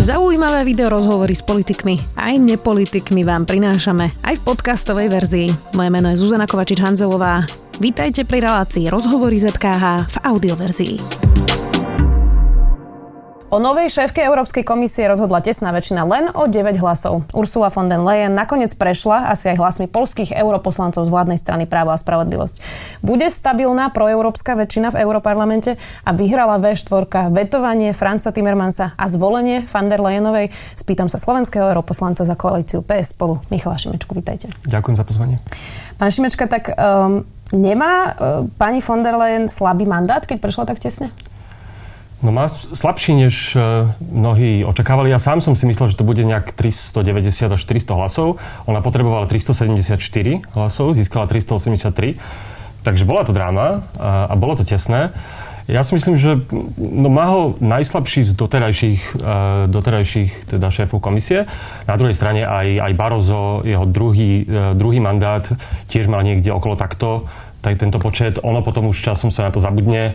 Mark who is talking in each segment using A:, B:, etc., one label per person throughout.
A: Zaujímavé videorozhovory s politikmi aj nepolitikmi vám prinášame aj v podcastovej verzii. Moje meno je Zuzana Kovačič-Hanzelová. Vítajte pri relácii Rozhovory ZKH v audioverzii. O novej šéfke Európskej komisie rozhodla tesná väčšina len o 9 hlasov. Ursula von der Leyen nakoniec prešla asi aj hlasmi poľských europoslancov z vládnej strany Právo a spravodlivosť. Bude stabilná proeurópska väčšina v Europarlamente a vyhrala V4 vetovanie Franza Timmermansa a zvolenie von der Leyenovej? Spýtam sa slovenského europoslanca za koalíciu PS spolu Michala Šimečku. Vítajte.
B: Ďakujem za pozvanie.
A: Pán Šimečka, tak nemá pani von der Leyen slabý mandát, keď prešla tak tesne?
B: No má slabší, než mnohí očakávali. Ja sám som si myslel, že to bude nejak 390 až 400 hlasov. Ona potrebovala 374 hlasov, získala 383. Takže bola to dráma a bolo to tesné. Ja si myslím, že má ho najslabší z doterajších teda šéfov komisie. Na druhej strane aj Barroso, jeho druhý mandát tiež mal niekde okolo takto. Tento počet, ono potom už časom sa na to zabudne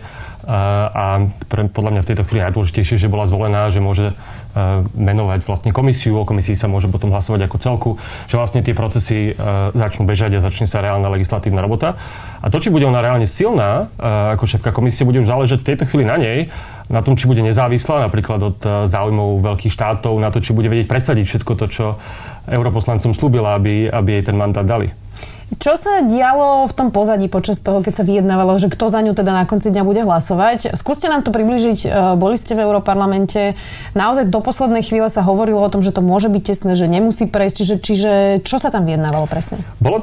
B: a podľa mňa v tejto chvíli najdôležitejšie, že bola zvolená, že môže menovať vlastne komisiu, o komisii sa môže potom hlasovať ako celku, že vlastne tie procesy začnú bežať a začne sa reálna legislatívna robota. A to, či bude ona reálne silná ako šéfka komisie, bude už záležať v tejto chvíli na nej, na tom, či bude nezávislá napríklad od záujmov veľkých štátov, na to, či bude vedieť presadiť všetko to, čo europoslancom slúbila, aby jej ten mandát dali.
A: Čo sa dialo v tom pozadí počas toho, keď sa vyjednávalo, že kto za ňu teda na konci dňa bude hlasovať? Skúste nám to približiť. Boli ste v Europarlamente. Naozaj do poslednej chvíle sa hovorilo o tom, že to môže byť tesné, že nemusí prejsť. Čiže čo sa tam vyjednávalo presne?
B: Bol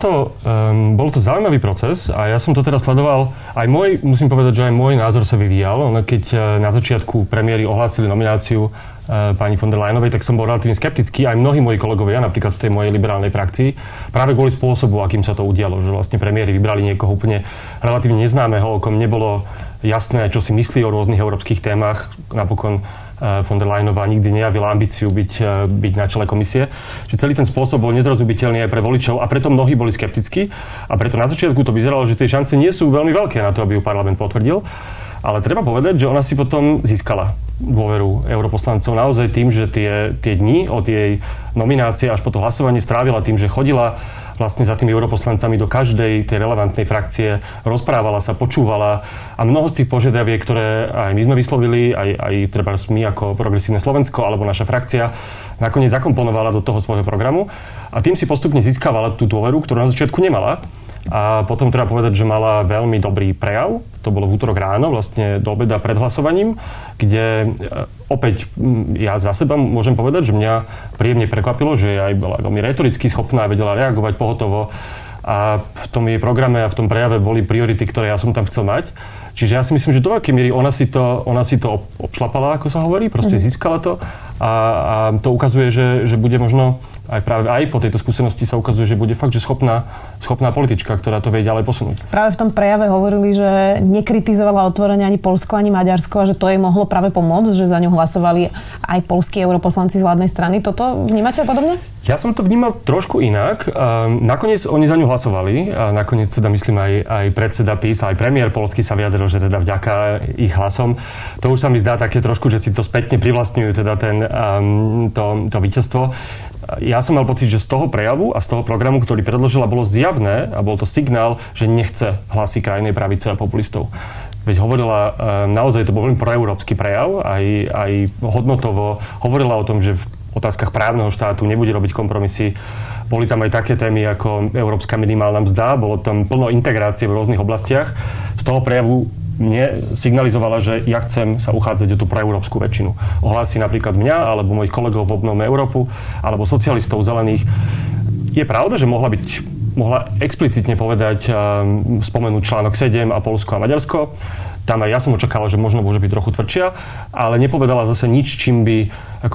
B: to zaujímavý proces a ja som to teda sledoval. Musím povedať, že aj môj názor sa vyvíjal. Keď na začiatku premiéry ohlásili nomináciu pani von der Leyenovej, tak som bol relatívne skeptický. Aj mnohí moji kolegovia, napríklad v tej mojej liberálnej frakcii, práve kvôli spôsobu, akým sa to udialo. Že vlastne premiéri vybrali niekoho úplne relatívne neznámeho, o kom nebolo jasné, čo si myslí o rôznych európskych témach. Napokon von der Leyenová nikdy nejavila ambíciu byť na čele komisie. Čiže celý ten spôsob bol nezrozumiteľný aj pre voličov a preto mnohí boli skeptickí. A preto na začiatku to vyzeralo, že tie šance nie sú veľmi veľké na to, aby ju parlament potvrdil. Ale treba povedať, že ona si potom získala dôveru europoslancov naozaj tým, že tie dni od jej nominácie až po to hlasovanie strávila tým, že chodila vlastne za tými europoslancami do každej tej relevantnej frakcie, rozprávala sa, počúvala a mnoho z tých požiadaviek, ktoré aj my sme vyslovili, aj treba my ako Progresívne Slovensko alebo naša frakcia, nakoniec zakomponovala do toho svojho programu a tým si postupne získavala tú dôveru, ktorú na začiatku nemala. A potom treba povedať, že mala veľmi dobrý prejav. To bolo v útorok ráno, vlastne do obeda pred hlasovaním, kde opäť ja za seba môžem povedať, že mňa príjemne prekvapilo, že aj bola veľmi retoricky schopná, vedela reagovať pohotovo. A v tom jej programe a v tom prejave boli priority, ktoré ja som tam chcel mať. Čiže ja si myslím, že do akej miery ona si to obšlapala, ako sa hovorí, proste získala to a to ukazuje, že bude možno aj po tejto skúsenosti sa ukazuje, že bude fakt, že schopná politička, ktorá to vie ďalej posunúť. Práve
A: v tom prejave hovorili, že nekritizovala otvorene ani Poľsko, ani Maďarsko a že to jej mohlo práve pomôcť, že za ňu hlasovali aj poľskí europoslanci z vládnej strany. Toto vnímate podobne?
B: Ja som to vnímal trošku inak. Nakoniec oni za ňu hlasovali a nakoniec teda myslím aj predseda PiS, aj premiér poľský sa vyjadril, že teda vďaka ich hlasom. To už sa mi zdá také trošku, že si to spätne privlastňujú teda to víťazstvo. Ja som mal pocit, že z toho prejavu a z toho programu, ktorý predložila, bolo zjavné a bol to signál, že nechce hlasy krajnej pravice a populistov. Veď hovorila, naozaj to bol veľmi proeurópsky prejav, aj hodnotovo hovorila o tom, že v otázkach právneho štátu nebude robiť kompromisy. Boli tam aj také témy ako európska minimálna mzda, bolo tam plno integrácie v rôznych oblastiach. Z toho prejavu mne signalizovala, že ja chcem sa uchádzať o tú proeurópsku väčšinu. Ohlási napríklad mňa, alebo mojich kolegov v Obnovme Európu, alebo socialistov zelených. Je pravda, že mohla explicitne povedať, spomenúť článok 7 a Poľsko a Maďarsko. Tam aj ja som očakával, že možno môže byť trochu tvrdšia, ale nepovedala zase nič, čím by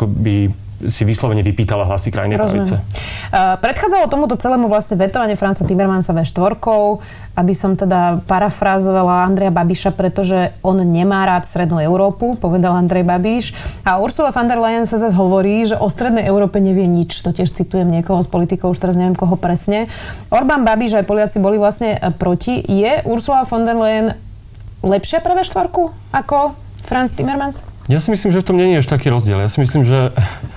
B: si vyslovene vypýtala hlasy krajnej pravice.
A: Predchádzalo tomuto celému vlastne vetovanie Franza Timmermansa V4, aby som teda parafrázovala Andreja Babiša, pretože on nemá rád Strednú Európu, povedal Andrej Babiš. A Ursula von der Leyen sa zase hovorí, že o Strednej Európe nevie nič. To tiež citujem niekoho z politikov, už teraz neviem koho presne. Orbán, Babiš aj Poliaci boli vlastne proti. Je Ursula von der Leyen lepšia pre V4 ako Franz Timmermans?
B: Ja si myslím, že v tom nie je až taký rozdiel. Ja si myslím, že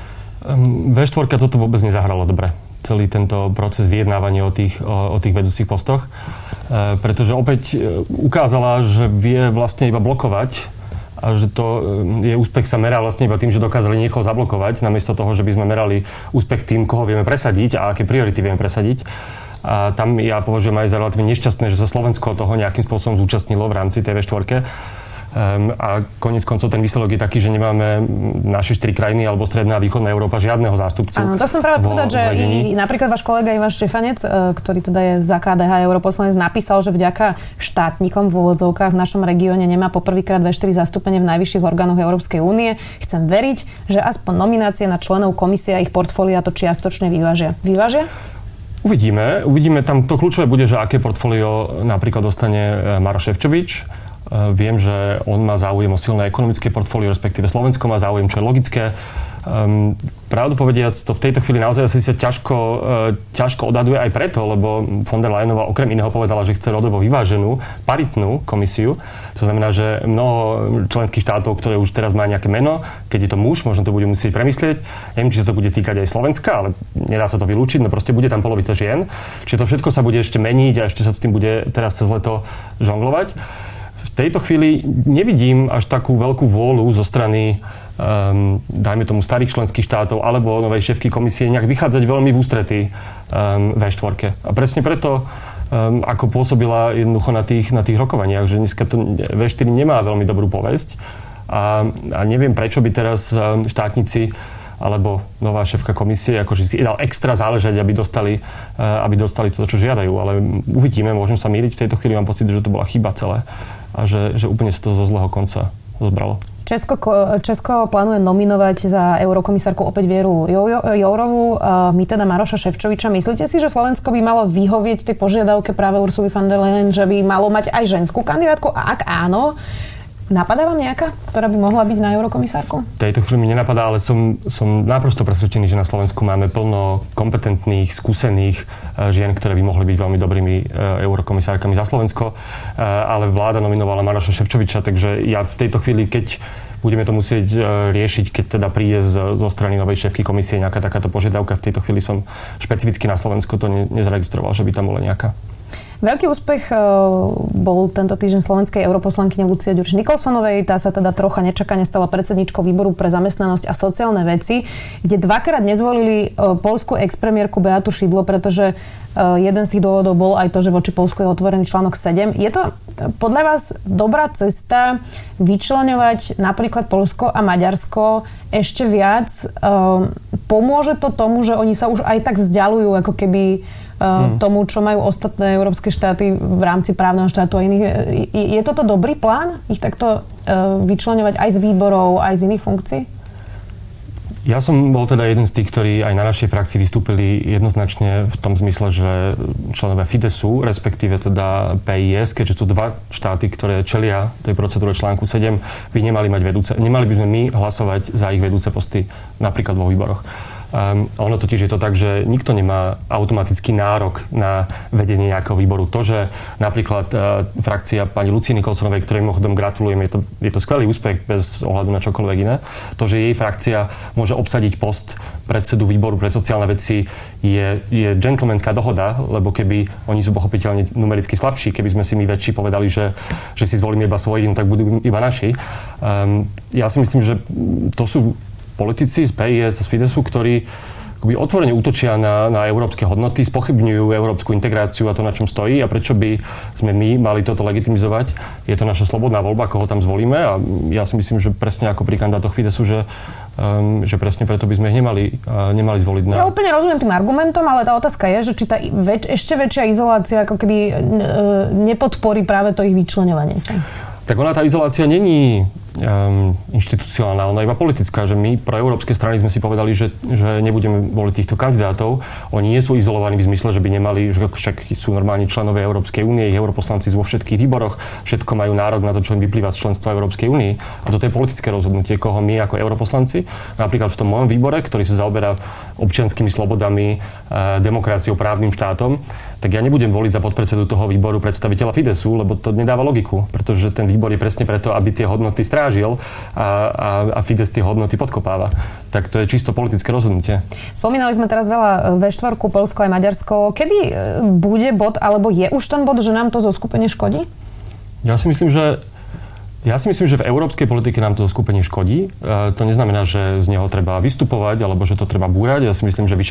B: V4 toto vôbec nezahralo dobre. Celý tento proces vyjednávania o tých vedúcich postoch. Pretože opäť ukázala, že vie vlastne iba blokovať a že to je úspech sa merá vlastne iba tým, že dokázali niekoho zablokovať, namiesto toho, že by sme merali úspech tým, koho vieme presadiť a aké priority vieme presadiť. A tam ja považujem aj za relatívne nešťastné, že sa Slovensko toho nejakým spôsobom zúčastnilo v rámci tej V4. A koniec koncov ten výsledok je taký, že nemáme naše 4 krajiny alebo stredná a východná Európa žiadneho zástupcu.
A: Áno, to chcem práve povedať, že napríklad váš kolega Ivan Štefanec, ktorý teda je za KDH europoslanec, napísal, že vďaka štátnikom v úvodzovkách v našom regióne nemá poprvýkrát V4 zastúpenie v najvyšších orgánoch Európskej únie. Chcem veriť, že aspoň nominácie na členov komisie a ich portfólia to čiastočne vyvážia. Vyvážia?
B: Uvidíme. Tam to kľúčové bude, že aké portfólio napríklad dostane Maroš Šefčovič. Viem, že on má záujem o silné ekonomické portfólio, respektíve Slovensko má záujem, čo je logické. Pravdu povediac, to v tejto chvíli naozaj asi sa ťažko odhaduje aj preto, lebo von der Leyenová okrem iného povedala, že chce rodovo vyváženú, paritnú komisiu. To znamená, že mnoho členských štátov, ktoré už teraz má nejaké meno, keď je to muž, možno to bude musieť premyslieť. Neviem, či sa to bude týkať aj Slovenska, ale nedá sa to vylúčiť, no proste bude tam polovica žien. Čiže to všetko sa bude ešte meniť a ešte sa s tým bude teraz cez leto žonglovať. V tejto chvíli nevidím až takú veľkú vôľu zo strany dajme tomu starých členských štátov alebo novej šéfky komisie nejak vychádzať veľmi v ústretí V4. A presne preto, ako pôsobila jednoducho na tých rokovaniach, že dneska to V4 nemá veľmi dobrú povesť a neviem, prečo by teraz štátnici alebo nová šéfka komisie akože si dal extra záležať, aby dostali to, čo žiadajú. Ale uvidíme, môžem sa mýliť. V tejto chvíli mám pocit, že to bola chyba celé a že úplne sa to zo zlého konca zozbralo.
A: Česko plánuje nominovať za eurokomisárku opäť Věru Jourovú. My teda Maroša Šefčoviča. Myslíte si, že Slovensko by malo vyhovieť tej požiadavke práve Ursuly von der Leyen, že by malo mať aj ženskú kandidátku? A ak áno, napadá vám nejaká, ktorá by mohla byť na eurokomisárku?
B: V tejto chvíli mi nenapadá, ale som naprosto presvedčený, že na Slovensku máme plno kompetentných, skúsených žien, ktoré by mohli byť veľmi dobrými eurokomisárkami za Slovensko. Ale vláda nominovala Maroša Šefčoviča, takže ja v tejto chvíli, keď budeme to musieť riešiť, keď teda príde zo strany novej šéfky komisie nejaká takáto požiadavka, v tejto chvíli som špecificky na Slovensku to nezaregistroval, že by tam bola nejaká.
A: Veľký úspech bol tento týždeň slovenskej europoslankyne Lucie Ďuriš-Nikolsonovej. Tá sa teda trocha nečakane stala predsedničkou výboru pre zamestnanosť a sociálne veci, kde dvakrát nezvolili poľskú expremiérku Beatu Szydło, pretože jeden z tých dôvodov bol aj to, že voči Poľsku je otvorený článok 7. Je to podľa vás dobrá cesta vyčleňovať napríklad Poľsko a Maďarsko ešte viac? Pomôže to tomu, že oni sa už aj tak vzdialujú ako keby tomu, čo majú ostatné európske štáty v rámci právneho štátu a iných. Je toto dobrý plán? Ich takto vyčleňovať aj z výborov, aj z iných funkcií?
B: Ja som bol teda jeden z tých, ktorí aj na našej frakcii vystúpili jednoznačne v tom zmysle, že členovia Fidesu, respektíve teda PIS, keďže sú dva štáty, ktoré čelia tej procedúre článku 7, by nemali mať vedúce. Nemali by sme my hlasovať za ich vedúce posty napríklad vo výboroch. Ono totiž je to tak, že nikto nemá automatický nárok na vedenie nejakého výboru. To, že napríklad frakcia pani Lucie Nikolsonovej, ktorej mimochodom gratulujem, je to skvelý úspech bez ohľadu na čokoľvek iné. To, že jej frakcia môže obsadiť post predsedu výboru pre sociálne veci, je džentlmenská dohoda, lebo keby oni sú pochopiteľne numericky slabší, keby sme si my väčší povedali, že si zvolíme iba svojich, tak budú iba naši. Ja si myslím, že to sú politici z PIS, z Fidesu, ktorí otvorene útočia na európske hodnoty, spochybňujú európsku integráciu a to, na čom stojí a prečo by sme my mali toto legitimizovať. Je to naša slobodná voľba, koho tam zvolíme a ja si myslím, že presne ako pri kandidátoch Fidesu, že presne preto by sme ich nemali zvoliť.
A: Ja úplne rozumiem tým argumentom, ale tá otázka je, že či tá ešte väčšia izolácia ako keby nepodporí práve to ich vyčleňovanie sa.
B: Tak ona, tá izolácia není inštitucionálna, ona iba politická, že my pro európske strany sme si povedali, že nebudeme voliť týchto kandidátov. Oni nie sú izolovaní v zmysle, že by nemali, že však sú normálni členovia Európskej únie, ich europoslanci vo všetkých výboroch, všetko majú nárok na to, čo im vyplýva z členstva Európskej únie. A toto je politické rozhodnutie, koho my ako europoslanci, napríklad v tom mojom výbore, ktorý sa zaoberá občianskymi slobodami, demokraciou, právnym štátom, tak ja nebudem voliť za podpredsedu toho výboru predstaviteľa Fidesu, lebo to nedáva logiku, pretože ten výbor je presne preto, aby tie hodnoty strážil a Fides tie hodnoty podkopáva. Tak to je čisto politické rozhodnutie.
A: Spomínali sme teraz veľa V4, Poľsko aj Maďarsko. Kedy bude bod, alebo je už ten bod, že nám to zoskupenie škodí?
B: Ja si myslím, že v európskej politike nám to skupenie škodí. To neznamená, že z neho treba vystupovať, alebo že to treba búrať. Ja si myslím, že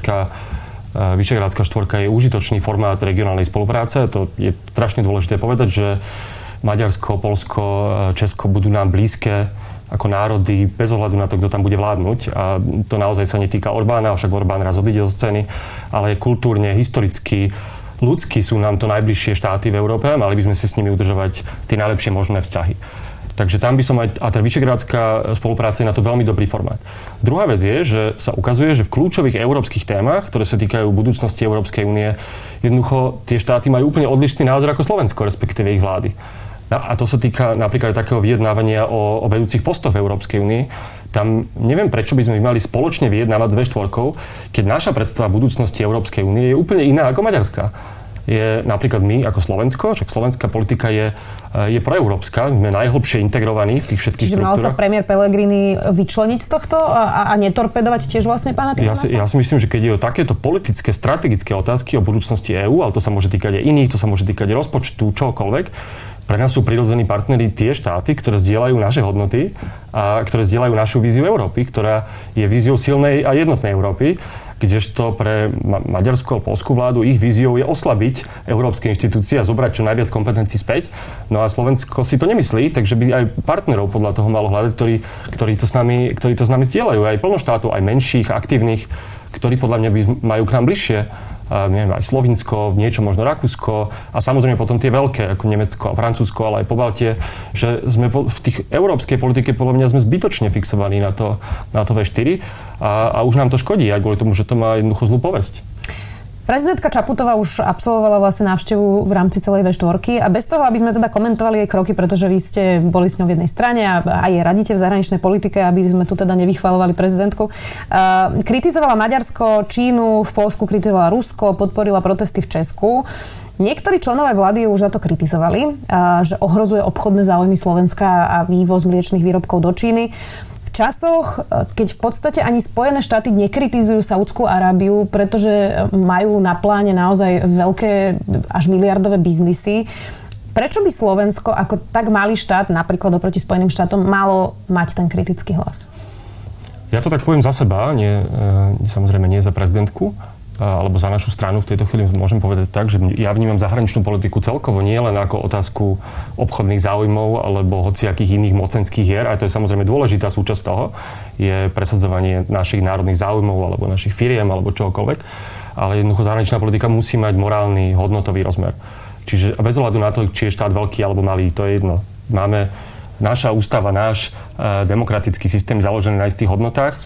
B: Vyšehrádska štvorka je užitočný formát regionálnej spolupráce. To je strašne dôležité povedať, že Maďarsko, Poľsko, Česko budú nám blízke ako národy, bez ohľadu na to, kto tam bude vládnuť. A to naozaj sa netýka Orbána, však Orbán raz odíde zo scény, ale kultúrne, historicky, ľudsky sú nám to najbližšie štáty v Európe a mali by sme si s nimi udržovať tie najlepšie možné vzťahy. Takže tam by som aj, a tá vyšehrádska spolupráca je na to veľmi dobrý formát. Druhá vec je, že sa ukazuje, že v kľúčových európskych témach, ktoré sa týkajú budúcnosti Európskej únie, jednoducho tie štáty majú úplne odlišný názor ako Slovensko, respektíve ich vlády. A to sa týka napríklad takého vyjednávania o vedúcich postoch v Európskej únii. Tam neviem, prečo by sme mali spoločne vyjednávať s V4, keď naša predstava budúcnosti Európskej únie je úplne iná ako maďarská. Je napríklad my ako Slovensko, však slovenská politika je proeurópska, my sme najhlbšie integrovaní v tých všetkých štruktúrach.
A: Čiže mal sa premiér Pellegrini vyčleniť z tohto a netorpedovať tiež vlastne pána Timmermansa?
B: Ja si myslím, že keď je o takéto politické, strategické otázky o budúcnosti EÚ, ale to sa môže týkať aj iných, to sa môže týkať rozpočtu, čokoľvek, pre nás sú prirodzení partneri tie štáty, ktoré zdieľajú naše hodnoty a ktoré zdieľajú našu víziu Európy, ktorá je víziou silnej a jednotnej Európy, kdežto pre maďarskú a poľskú vládu ich víziou je oslabiť európske inštitúcie a zobrať čo najviac kompetencií späť. No a Slovensko si to nemyslí, takže by aj partnerov podľa toho malo hľadať, ktorí to s nami zdieľajú, aj plnoštátov, aj menších, aktívnych, ktorí podľa mňa majú k nám bližšie. Neviem, aj Slovinsko, niečo možno Rakúsko a samozrejme potom tie veľké, ako Nemecko a Francúzsko, ale aj Pobaltie, že sme v tých európskej politike podľa mňa sme zbytočne fixovaní na to V4 a už nám to škodí aj kvôli tomu, že to má jednoducho zlú povesť.
A: Prezidentka Čaputová už absolvovala vlastne návštevu v rámci celej V4 a bez toho, aby sme teda komentovali jej kroky, pretože vy ste boli s ňou v jednej strane a aj jej radíte v zahraničnej politike, aby sme tu teda nevychvalovali prezidentku. Kritizovala Maďarsko, Čínu, v Poľsku kritizovala Rusko, podporila protesty v Česku. Niektorí členovia vlády už za to kritizovali, že ohrozuje obchodné záujmy Slovenska a vývoz mliečnych výrobkov do Číny. V časoch, keď v podstate ani Spojené štáty nekritizujú Saúdskú Arábiu, pretože majú na pláne naozaj veľké až miliardové biznisy, prečo by Slovensko ako tak malý štát, napríklad oproti Spojeným štátom, malo mať ten kritický hlas?
B: Ja to tak poviem za seba, samozrejme nie za prezidentku, alebo za našu stranu. V tejto chvíli môžem povedať tak, že ja vnímam zahraničnú politiku celkovo nie len ako otázku obchodných záujmov alebo hociakých iných mocenských hier, a to je samozrejme dôležitá súčasť toho, je presadzovanie našich národných záujmov alebo našich firiem alebo čokoľvek, ale jednoducho zahraničná politika musí mať morálny, hodnotový rozmer. Čiže bez ohľadu na to, či je štát veľký alebo malý, to je jedno. Naša ústava, náš demokratický systém založený na istých hodnotách.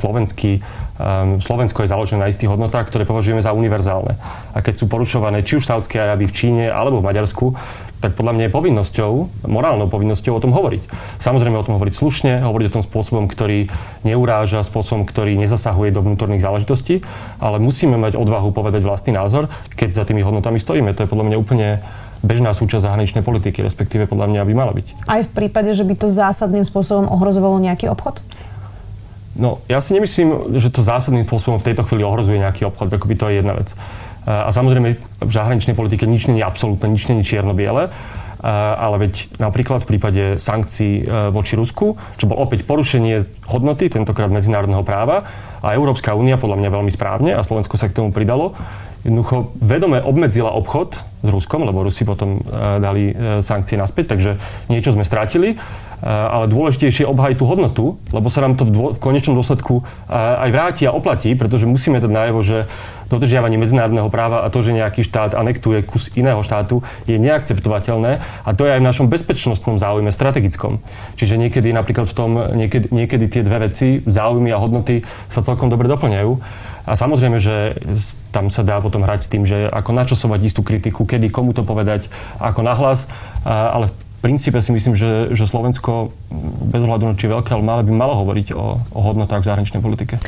B: Slovensko je založené na istých hodnotách, ktoré považujeme za univerzálne. A keď sú porušované či už v Saúdskej Arábii, v Číne alebo v Maďarsku, tak podľa mňa je povinnosťou, morálnou povinnosťou o tom hovoriť. Samozrejme o tom hovoriť slušne, hovoriť o tom spôsobom, ktorý neuráža, spôsobom, ktorý nezasahuje do vnútorných záležitostí, ale musíme mať odvahu povedať vlastný názor, keď za tými hodnotami stojíme. To je podľa mňa úplne bežná súčasť zahraničnej politiky, respektíve podľa mňa by mala byť.
A: Aj v prípade, že by to zásadným spôsobom ohrozovalo nejaký obchod?
B: No, ja si nemyslím, že to zásadným spôsobom v tejto chvíli ohrozuje nejaký obchod, akoby to je jedna vec. A samozrejme v zahraničnej politike nič nie je absolútne, nič nie je čierno-biele, ale veď napríklad v prípade sankcií voči Rusku, čo bol opäť porušenie hodnoty, tentokrát medzinárodného práva, a Európska únia podľa mňa veľmi správne, a Slovensko sa k tomu pridalo, jednoducho vedome obmedzila obchod s Ruskom, lebo Rusi potom dali sankcie naspäť, takže niečo sme strátili, ale dôležitejšie je obhájiť tú hodnotu, lebo sa nám to v konečnom dôsledku aj vráti a oplatí, pretože musíme dať najavo, že dodržiavanie medzinárodného práva a to, že nejaký štát anektuje kus iného štátu, je neakceptovateľné a to je aj v našom bezpečnostnom záujme strategickom. Čiže niekedy napríklad niekedy tie dve veci, záujmy a hodnoty, sa celkom dobre doplňajú. A samozrejme, že tam sa dá potom hrať s tým, že ako načasovať istú kritiku, kedy, komu to povedať, ako nahlas, ale v princípe si myslím, že Slovensko bez ohľadu na či veľké, ale malé by malo hovoriť o hodnotách v zahraničnej politike.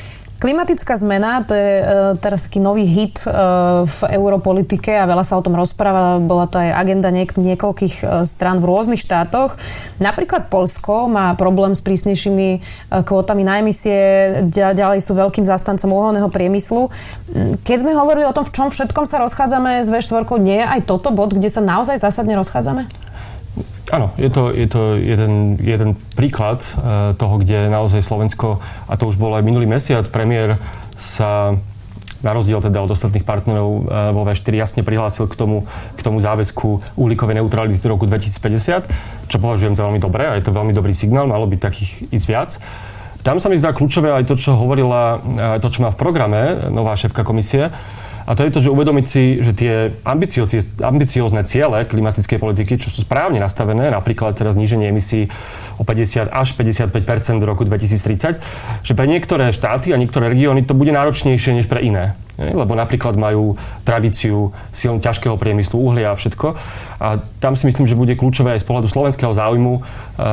A: Klimatická zmena, to je teraz taký nový hit v europolitike a veľa sa o tom rozpráva. Bola to aj agenda niekoľkých strán v rôznych štátoch. Napríklad Poľsko má problém s prísnejšími kvótami na emisie, ďalej sú veľkým zastancom uholného priemyslu. Keď sme hovorili o tom, v čom všetkom sa rozchádzame s V4, nie je aj toto bod, kde sa naozaj zásadne rozchádzame?
B: Áno, je to jeden príklad toho, kde naozaj Slovensko, a to už bol aj minulý mesiac, premiér sa na rozdiel teda od ostatných partnerov vo V4 jasne prihlásil k tomu záväzku uhlíkovej neutrality do roku 2050, čo považujem za veľmi dobré a je to veľmi dobrý signál, malo byť takých ísť viac. Tam sa mi zdá kľúčové aj to, čo hovorila, to, čo má v programe nová šéfka komisie. A to je to, že uvedomiť si, že tie ambiciózne ciele klimatickej politiky, čo sú správne nastavené, napríklad teraz zníženie emisí o 50 až 55% do roku 2030, že pre niektoré štáty a niektoré regióny to bude náročnejšie než pre iné. Lebo napríklad majú tradíciu silne ťažkého priemyslu, uhlia a všetko. A tam si myslím, že bude kľúčové aj z pohľadu slovenského záujmu,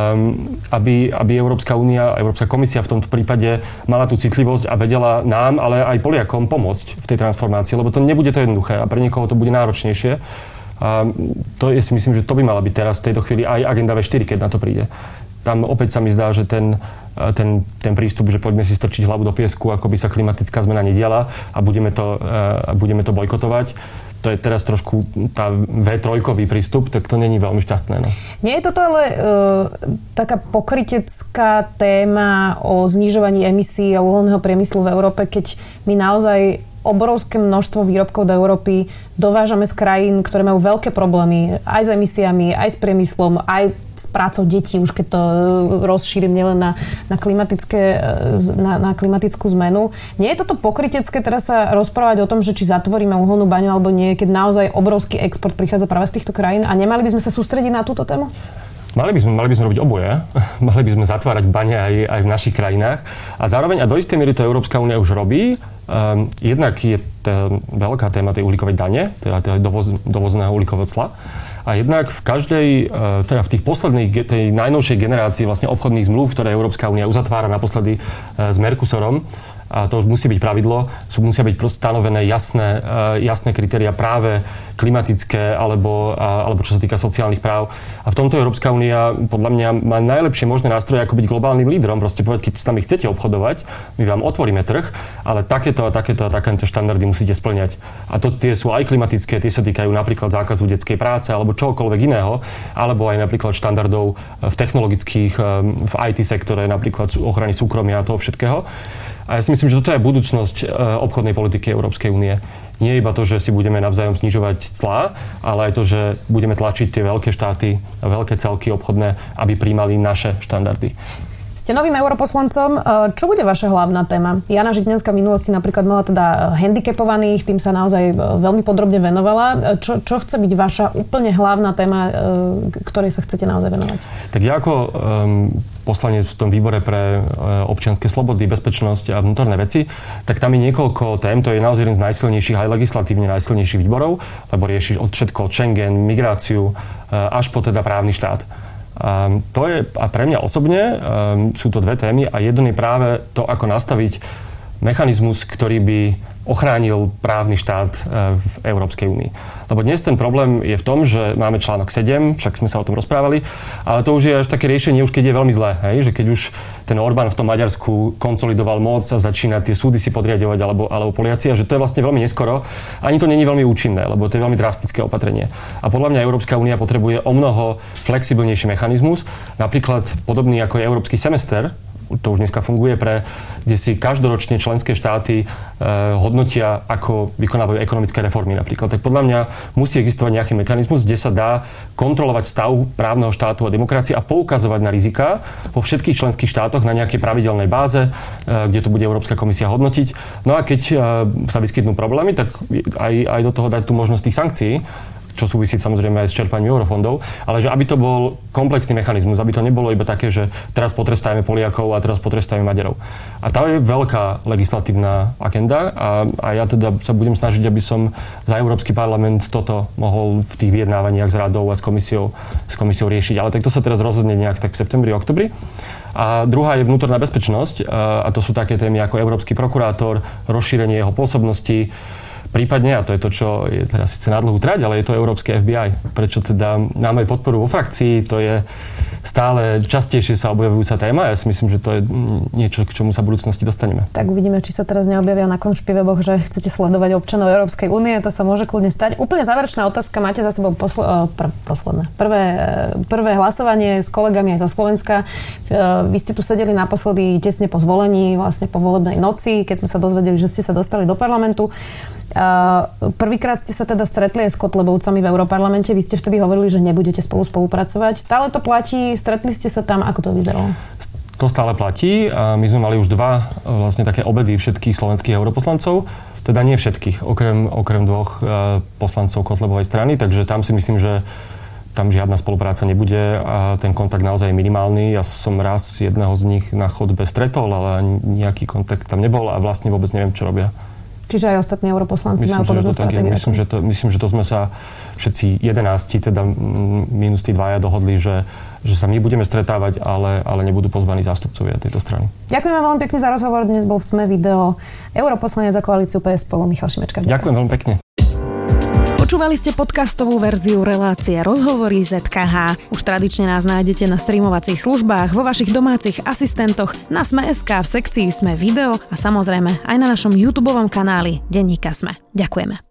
B: aby Európska únia, Európska komisia v tomto prípade mala tú citlivosť a vedela nám, ale aj Poliakom pomôcť v tej transformácii, lebo to nebude to jednoduché a pre niekoho to bude náročnejšie. A to je, si myslím, že to by mala byť teraz v tejto chvíli aj agenda V4, keď na to príde. Tam opäť sa mi zdá, že ten prístup, že poďme si strčiť hlavu do piesku, ako by sa klimatická zmena nediala a budeme to bojkotovať. To je teraz trošku tá V3-kový prístup, tak to není veľmi šťastné. No.
A: Nie je toto ale taká pokrytecká téma o znižovaní emisí a uholného priemyslu v Európe, keď my naozaj obrovské množstvo výrobkov do Európy dovážame z krajín, ktoré majú veľké problémy aj s emisiami, aj s priemyslom, aj s prácou detí, už keď to rozšírim nielen na klimatickú zmenu. Nie je toto pokrytecké teraz sa rozprávať o tom, že či zatvoríme uholnú baňu alebo nie, keď naozaj obrovský export prichádza práve z týchto krajín a nemali by sme sa sústrediť na túto tému?
B: Mali by sme robiť oboje. Mali by sme zatvárať bane aj v našich krajinách. A zároveň, a do istej miery to Európska únia už robí, jednak je veľká téma tej uhlíkovej dane, teda dovozného uhlíkového cla. A jednak v každej, teda v tých posledných, tej najnovšej generácii vlastne obchodných zmluv, ktoré Európska únia uzatvára naposledy s Mercosurom, a to už musí byť pravidlo, musia byť stanovené jasné kritériá práve klimatické alebo čo sa týka sociálnych práv. A v tomto Európska únia podľa mňa má najlepšie možné nástroje, ako byť globálnym lídrom. Proste povedať, keď s nami chcete obchodovať, my vám otvoríme trh, ale takéto štandardy musíte spĺňať. A tie sú aj klimatické, tie sa týkajú napríklad zákazu detskej práce alebo čokoľvek iného, alebo aj napríklad štandardov v technologických, v IT sektore, napríklad ochrany súkromia a toho všetkého. A ja si myslím, že toto je budúcnosť obchodnej politiky Európskej únie. Nie iba to, že si budeme navzájom znižovať clá, ale aj to, že budeme tlačiť tie veľké štáty a veľké celky obchodné, aby prijímali naše štandardy.
A: Ste novým europoslancom. Čo bude vaša hlavná téma? Jana Žitňanská v minulosti napríklad mala teda handicapovaných, tým sa naozaj veľmi podrobne venovala. Čo chce byť vaša úplne hlavná téma, ktorej sa chcete naozaj venovať?
B: Tak ja ako poslanec v tom výbore pre občianske slobody, bezpečnosť a vnútorné veci, tak tam je niekoľko tém, to je naozaj jeden z najsilnejších, aj legislatívne najsilnejších výborov, lebo rieši od všetko Schengen, migráciu, až po teda právny štát. A pre mňa osobne sú to dve témy a jedno je práve to, ako nastaviť mechanizmus, ktorý by ochránil právny štát v Európskej únii. Lebo dnes ten problém je v tom, že máme článok 7, však sme sa o tom rozprávali, ale to už je až také riešenie, už keď je veľmi zlé, hej? Že keď už ten Orbán v tom Maďarsku konsolidoval moc a začína tie súdy si podriadovať alebo Poliaci, a že to je vlastne veľmi neskoro, ani to není veľmi účinné, lebo to je veľmi drastické opatrenie. A podľa mňa Európska únia potrebuje omnoho flexibilnejší mechanizmus, napríklad podobný ako je Európsky semester, to už dneska funguje, kde si každoročne členské štáty hodnotia, ako vykonávajú ekonomické reformy napríklad. Tak podľa mňa musí existovať nejaký mechanizmus, kde sa dá kontrolovať stav právneho štátu a demokracie a poukazovať na riziká vo všetkých členských štátoch na nejakej pravidelnej báze, kde to bude Európska komisia hodnotiť. No a keď sa vyskytnú problémy, tak aj do toho dať tú možnosť tých sankcií, čo súvisí samozrejme aj s čerpaním eurofondov, ale že aby to bol komplexný mechanizmus, aby to nebolo iba také, že teraz potrestajme Poliakov a teraz potrestajme Maďarov. A tá je veľká legislatívna agenda a ja teda sa budem snažiť, aby som za Európsky parlament toto mohol v tých vyjednávaniach s radou a s komisiou riešiť. Ale tak to sa teraz rozhodne nejak tak v septembri, oktobri. A druhá je vnútorná bezpečnosť a to sú také témy ako Európsky prokurátor, rozšírenie jeho pôsobnosti, prípadne, a to je to, čo je teraz síce na dlhú trať, ale je to Európske FBI. Prečo teda máme aj podporu vo frakcii, to je stále častejšie sa objavujúca téma. Ja si myslím, že to je niečo, k čomu sa v budúcnosti dostaneme.
A: Tak uvidíme, či sa teraz neobjavia na konšpiveboch, že chcete sledovať občanov Európskej únie. To sa môže kľudne stať. Úplne záverečná otázka. Máte za sebou prvé hlasovanie s kolegami aj zo Slovenska. Vy ste tu sedeli naposledy tesne po zvolení, vlastne po volebnej noci, keď sme sa dozvedeli, že ste sa dostali do parlamentu. Prvýkrát ste sa teda stretli aj s Kotlebovcami v Europarlamente. Vy ste vtedy hovorili, že nebudete spolupracovať. Stále to platí? Stretli ste sa tam? Ako to vyzeralo?
B: To stále platí. My sme mali už dva vlastne také obedy všetkých slovenských europoslancov. Teda nie všetkých, okrem dvoch poslancov Kotlebovej strany. Takže tam si myslím, že tam žiadna spolupráca nebude a ten kontakt naozaj je minimálny. Ja som raz jedného z nich na chodbe stretol, ale nejaký kontakt tam nebol a vlastne vôbec neviem, čo robia.
A: Čiže aj ostatní europoslanci majú podobnú stratégiu?
B: Myslím, že to sme sa všetci 11, teda minus tí dvaja, dohodli, že sa my budeme stretávať, ale nebudú pozvaní zástupcovia tejto strany.
A: Ďakujem vám veľmi pekne za rozhovor. Dnes bol v SME video europoslanec za koalíciu PS spolu Michal Šimečka.
B: Ďakujem veľmi pekne.
A: Počúvali ste podcastovú verziu relácie Rozhovory ZKH. Už tradične nás nájdete na streamovacích službách, vo vašich domácich asistentoch, na Sme.sk, v sekcii Sme video a samozrejme aj na našom YouTubeovom kanáli Denníka Sme. Ďakujeme.